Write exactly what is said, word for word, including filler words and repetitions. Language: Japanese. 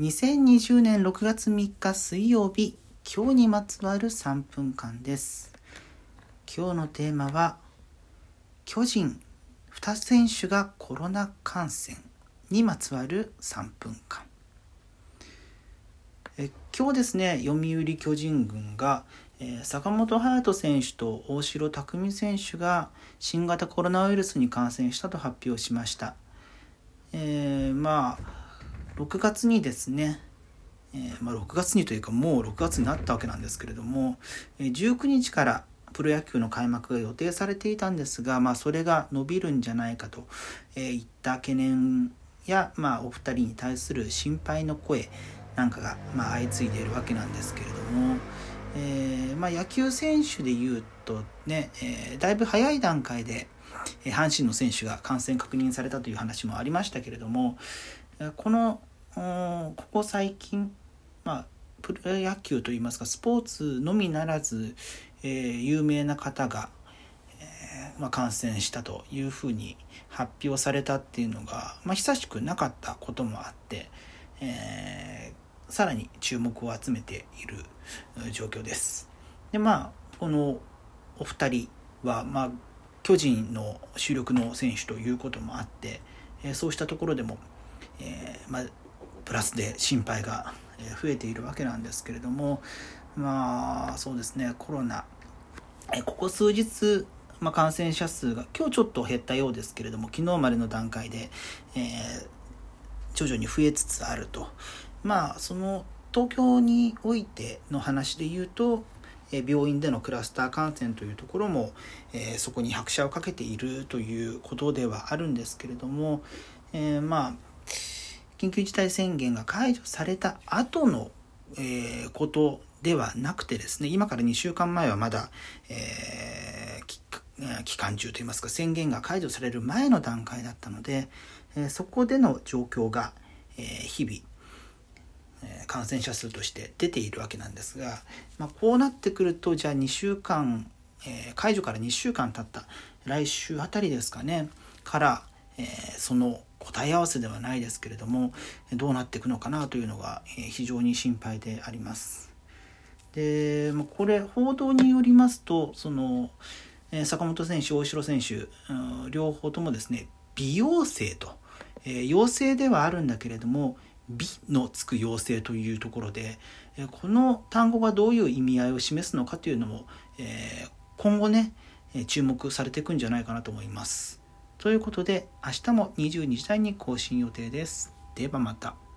にせんにじゅうねんろくがつみっか水曜日、今日にまつわるさんぷんかんです。今日のテーマは、巨人に選手がコロナ感染にまつわるさんぷんかん。え今日ですね、読売巨人軍が、えー、坂本勇人選手と大城卓三選手が新型コロナウイルスに感染したと発表しました。えー、まあろくがつにですね、えーまあ、ろくがつにというかもうろくがつになったわけなんですけれども、じゅうくにちからプロ野球の開幕が予定されていたんですが、まあ、それが伸びるんじゃないかといった懸念や、まあ、お二人に対する心配の声なんかが、まあ、相次いでいるわけなんですけれども、えーまあ、野球選手でいうとね、えー、だいぶ早い段階で阪神の選手が感染確認されたという話もありましたけれども、このここ最近、まあ、プロ野球といいますかスポーツのみならず、えー、有名な方が、えーまあ、感染したというふうに発表されたっていうのが、まあ、久しくなかったこともあって、えー、さらに注目を集めている状況です。でまあこのお二人は、まあ、巨人の主力の選手ということもあって、えー、そうしたところでもえーまあ、プラスで心配が増えているわけなんですけれども、まあそうですね、コロナ、えここ数日、まあ、感染者数が今日ちょっと減ったようですけれども、昨日までの段階で、えー、徐々に増えつつあると。まあその東京においての話で言うと、病院でのクラスター感染というところも、えー、そこに拍車をかけているということではあるんですけれども、えー、まあ緊急事態宣言が解除された後の、えー、ことではなくてですね、今からにしゅうかんまえはまだ、えー、期間中といいますか宣言が解除される前の段階だったので、えー、そこでの状況が、えー、日々、えー、感染者数として出ているわけなんですが、まあ、こうなってくるとじゃあにしゅうかん、えー、解除からにしゅうかん経った来週あたりですかねから、えー、その答え合わせではないですけれどもどうなっていくのかなというのが非常に心配であります。でこれ報道によりますとその坂本選手大城選手、うん、両方ともですね美陽性と、えー、陽性ではあるんだけれども美のつく陽性というところでこの単語がどういう意味合いを示すのかというのも、えー、今後ね注目されていくんじゃないかなと思います。ということで明日もにじゅうにじ台に更新予定です。ではまた。